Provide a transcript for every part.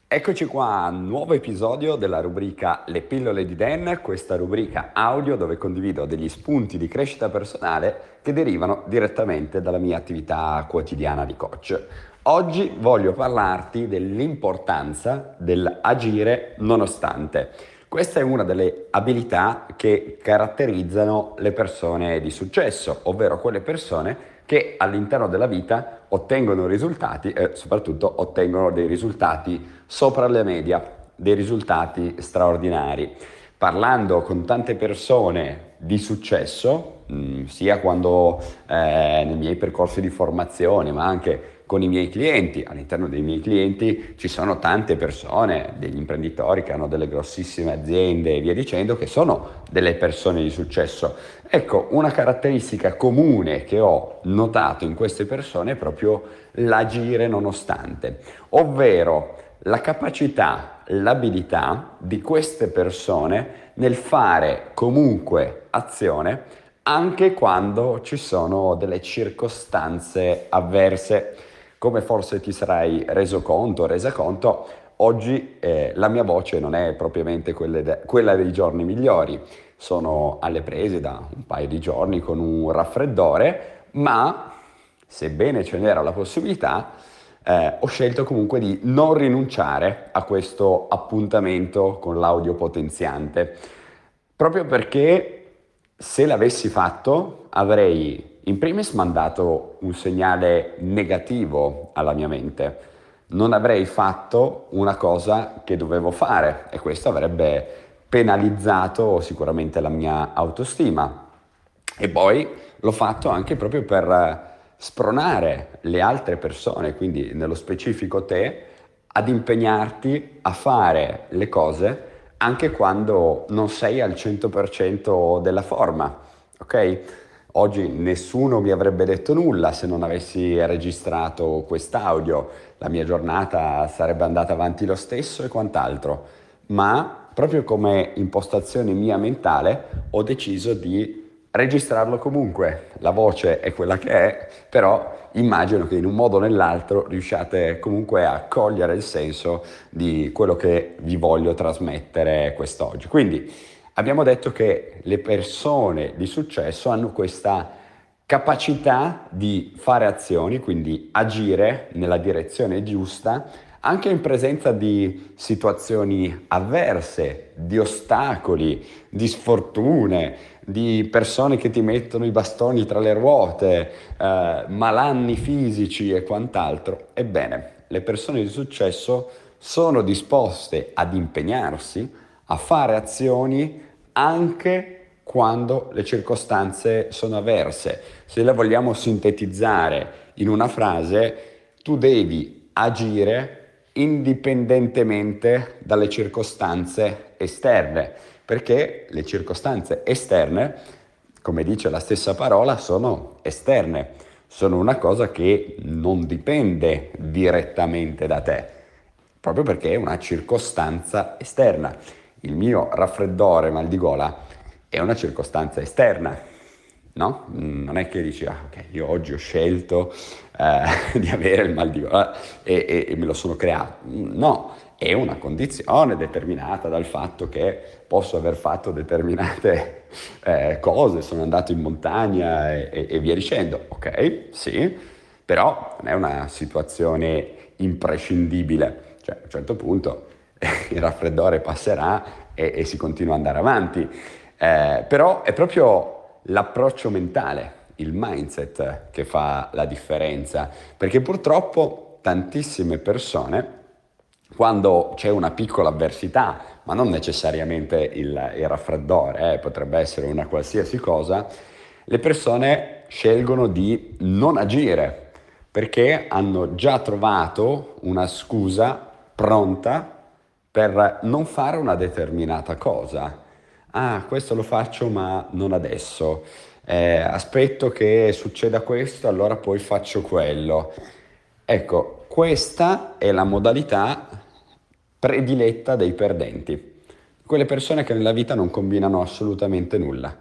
Eccoci qua, nuovo episodio della rubrica Le pillole di Dan, questa rubrica audio dove condivido degli spunti di crescita personale che derivano direttamente dalla mia attività quotidiana di coach. Oggi voglio parlarti dell'importanza dell'agire nonostante. Questa è una delle abilità che caratterizzano le persone di successo, ovvero quelle persone che all'interno della vita ottengono risultati e soprattutto ottengono dei risultati sopra le media, dei risultati straordinari. Parlando con tante persone di successo, sia quando nei miei percorsi di formazione, ma anche con i miei clienti, all'interno dei miei clienti ci sono tante persone, degli imprenditori che hanno delle grossissime aziende e via dicendo, che sono delle persone di successo. Ecco, una caratteristica comune che ho notato in queste persone è proprio l'agire nonostante, ovvero la capacità, l'abilità di queste persone nel fare comunque azione anche quando ci sono delle circostanze avverse. Come forse ti sarai reso conto, resa conto, oggi la mia voce non è propriamente quella dei giorni migliori. Sono alle prese da un paio di giorni con un raffreddore, ma sebbene ce n'era la possibilità, ho scelto comunque di non rinunciare a questo appuntamento con l'audio potenziante, proprio perché se l'avessi fatto avrei in primis mandato un segnale negativo alla mia mente, non avrei fatto una cosa che dovevo fare e questo avrebbe penalizzato sicuramente la mia autostima. E poi l'ho fatto anche proprio per spronare le altre persone, quindi nello specifico te, ad impegnarti a fare le cose anche quando non sei al 100% della forma, ok? Oggi nessuno mi avrebbe detto nulla se non avessi registrato quest'audio, la mia giornata sarebbe andata avanti lo stesso e quant'altro, ma proprio come impostazione mia mentale ho deciso di registrarlo comunque. La voce è quella che è, però immagino che in un modo o nell'altro riusciate comunque a cogliere il senso di quello che vi voglio trasmettere quest'oggi. Quindi abbiamo detto che le persone di successo hanno questa capacità di fare azioni, quindi agire nella direzione giusta, anche in presenza di situazioni avverse, di ostacoli, di sfortune, di persone che ti mettono i bastoni tra le ruote, malanni fisici e quant'altro. Ebbene, le persone di successo sono disposte ad impegnarsi, a fare azioni anche quando le circostanze sono avverse. Se le vogliamo sintetizzare in una frase, tu devi agire indipendentemente dalle circostanze esterne, perché le circostanze esterne, come dice la stessa parola, sono esterne, sono una cosa che non dipende direttamente da te, proprio perché è una circostanza esterna. Il mio raffreddore, mal di gola, è una circostanza esterna, no? Non è che dici, ok, io oggi ho scelto di avere il mal di gola e me lo sono creato. No, è una condizione determinata dal fatto che posso aver fatto determinate cose, sono andato in montagna e via dicendo. Ok, sì, però non è una situazione imprescindibile. Cioè, a un certo punto il raffreddore passerà e si continua ad andare avanti. Però è proprio l'approccio mentale, il mindset che fa la differenza, perché purtroppo tantissime persone, quando c'è una piccola avversità, ma non necessariamente il raffreddore, potrebbe essere una qualsiasi cosa, le persone scelgono di non agire perché hanno già trovato una scusa pronta per non fare una determinata cosa. Ah, questo lo faccio ma non adesso. Aspetto che succeda questo, allora poi faccio quello. Ecco, questa è la modalità prediletta dei perdenti. Quelle persone che nella vita non combinano assolutamente nulla.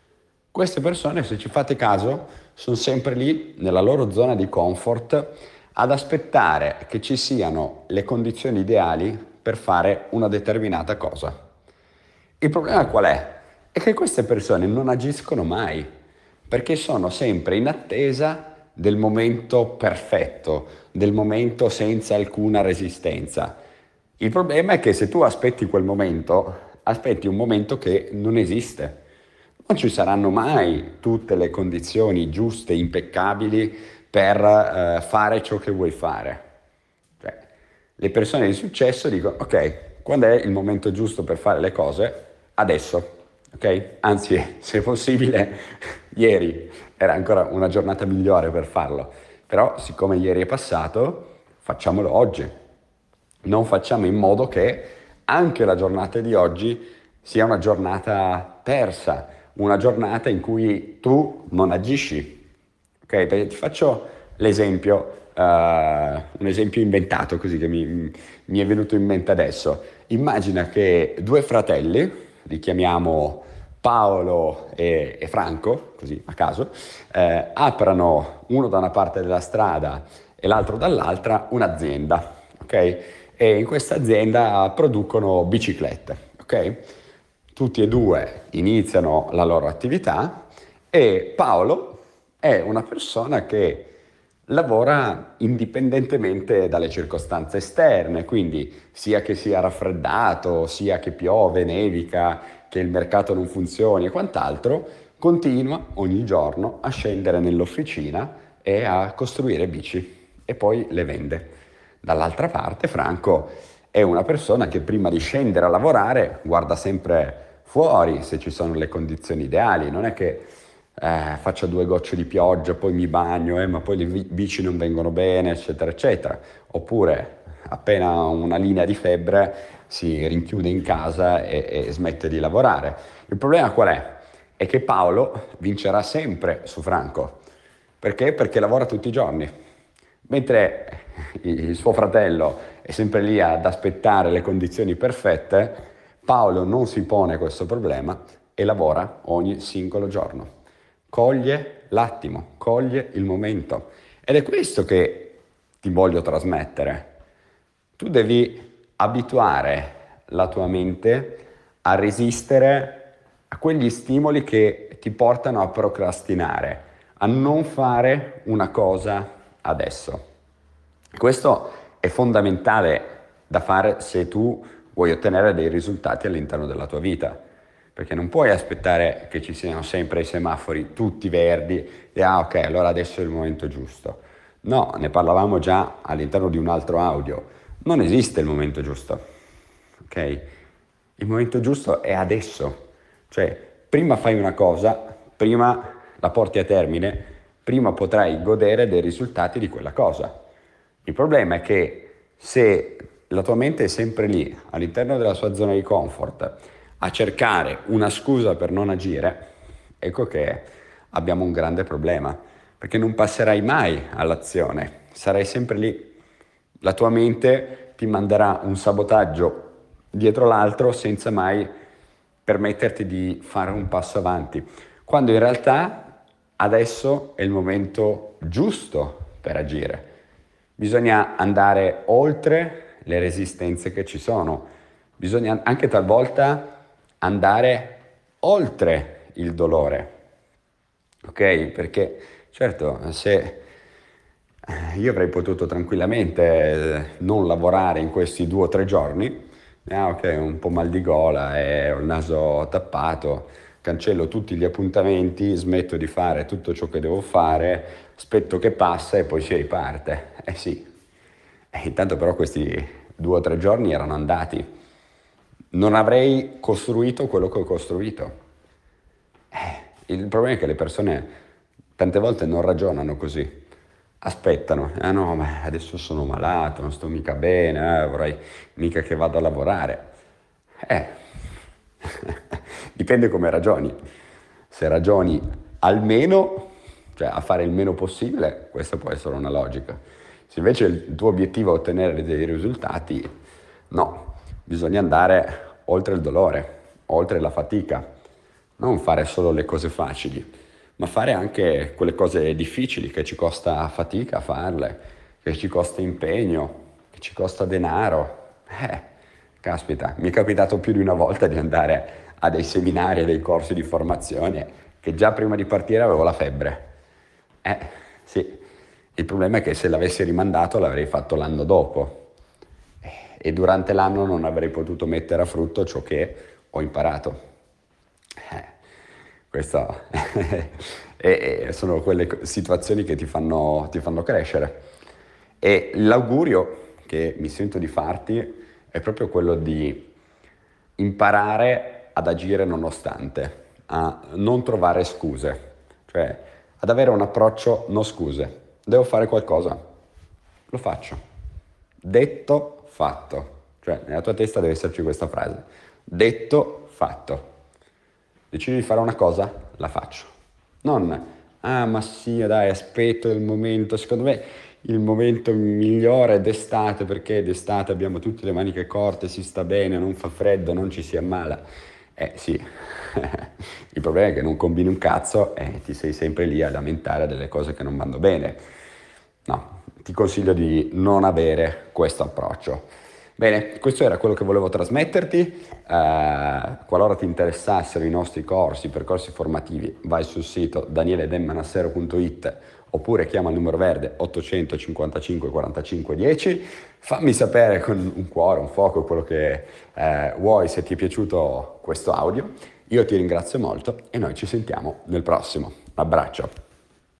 Queste persone, se ci fate caso, sono sempre lì nella loro zona di comfort ad aspettare che ci siano le condizioni ideali per fare una determinata cosa. Il problema qual è? È che queste persone non agiscono mai, perché sono sempre in attesa del momento perfetto, del momento senza alcuna resistenza. Il problema è che se tu aspetti quel momento, aspetti un momento che non esiste. Non ci saranno mai tutte le condizioni giuste, impeccabili per fare ciò che vuoi fare. Cioè, le persone di successo dicono, ok, quando è il momento giusto per fare le cose? Adesso, ok? Anzi, se possibile, ieri era ancora una giornata migliore per farlo. Però, siccome ieri è passato, facciamolo oggi. Non facciamo in modo che anche la giornata di oggi sia una giornata persa, una giornata in cui tu non agisci. Ok? Perché ti faccio l'esempio, un esempio inventato così che mi è venuto in mente adesso. Immagina che due fratelli, li chiamiamo Paolo e Franco, così a caso, aprano uno da una parte della strada e l'altro dall'altra un'azienda, ok? E in questa azienda producono biciclette, ok? Tutti e due iniziano la loro attività e Paolo è una persona che lavora indipendentemente dalle circostanze esterne, quindi sia che sia raffreddato, sia che piove, nevica, che il mercato non funzioni e quant'altro, continua ogni giorno a scendere nell'officina e a costruire bici e poi le vende. Dall'altra parte Franco è una persona che prima di scendere a lavorare guarda sempre fuori se ci sono le condizioni ideali, non è che faccio 2 gocce di pioggia, poi mi bagno, ma poi le bici non vengono bene, eccetera, eccetera. Oppure appena una linea di febbre si rinchiude in casa e smette di lavorare. Il problema qual è? È che Paolo vincerà sempre su Franco. Perché? Perché lavora tutti i giorni. Mentre il suo fratello è sempre lì ad aspettare le condizioni perfette, Paolo non si pone questo problema e lavora ogni singolo giorno. Coglie l'attimo, coglie il momento. Ed è questo che ti voglio trasmettere. Tu devi abituare la tua mente a resistere a quegli stimoli che ti portano a procrastinare, a non fare una cosa adesso. Questo è fondamentale da fare se tu vuoi ottenere dei risultati all'interno della tua vita, perché non puoi aspettare che ci siano sempre i semafori tutti verdi e ok, allora adesso è il momento giusto. No, ne parlavamo già all'interno di un altro audio. Non esiste il momento giusto, ok? Il momento giusto è adesso. Cioè, prima fai una cosa, prima la porti a termine, prima potrai godere dei risultati di quella cosa. Il problema è che se la tua mente è sempre lì, all'interno della sua zona di comfort, a cercare una scusa per non agire, ecco che abbiamo un grande problema, perché non passerai mai all'azione, sarai sempre lì. La tua mente ti manderà un sabotaggio dietro l'altro senza mai permetterti di fare un passo avanti, quando in realtà adesso è il momento giusto per agire. Bisogna andare oltre le resistenze che ci sono, bisogna anche talvolta andare oltre il dolore, ok? Perché certo, se io avrei potuto tranquillamente non lavorare in questi 2 o 3 giorni, ok, un po' mal di gola e ho il naso tappato, cancello tutti gli appuntamenti, smetto di fare tutto ciò che devo fare, aspetto che passa e poi si riparte. Eh sì, intanto però questi 2 o 3 giorni erano andati, non avrei costruito quello che ho costruito. Il problema è che le persone tante volte non ragionano così. Aspettano, no, ma adesso sono malato, non sto mica bene, vorrei mica che vado a lavorare. Dipende come ragioni. Se ragioni almeno, cioè a fare il meno possibile, questa può essere una logica. Se invece il tuo obiettivo è ottenere dei risultati, no, bisogna andare oltre il dolore, oltre la fatica, non fare solo le cose facili, ma fare anche quelle cose difficili che ci costa fatica a farle, che ci costa impegno, che ci costa denaro. Caspita, mi è capitato più di una volta di andare a dei seminari e dei corsi di formazione che già prima di partire avevo la febbre. Sì, il problema è che se l'avessi rimandato l'avrei fatto l'anno dopo e durante l'anno non avrei potuto mettere a frutto ciò che ho imparato. Questo e sono quelle situazioni che ti fanno crescere. E l'augurio che mi sento di farti è proprio quello di imparare ad agire nonostante, a non trovare scuse, cioè ad avere un approccio no scuse. Devo fare qualcosa, lo faccio. Detto, fatto. Cioè nella tua testa deve esserci questa frase. Detto, fatto. Decidi di fare una cosa, la faccio. Non, ah ma sì, dai, aspetto il momento. Secondo me il momento migliore è d'estate, perché d'estate abbiamo tutte le maniche corte, si sta bene, non fa freddo, non ci si ammala. Sì, il problema è che non combini un cazzo e ti sei sempre lì a lamentare delle cose che non vanno bene. No, ti consiglio di non avere questo approccio. Bene, questo era quello che volevo trasmetterti. Qualora ti interessassero i nostri corsi, i percorsi formativi, vai sul sito danieledemmanassero.it oppure chiama il numero verde 855 45 10. Fammi sapere con un cuore, un fuoco, quello che vuoi, se ti è piaciuto questo audio. Io ti ringrazio molto e noi ci sentiamo nel prossimo. Un abbraccio.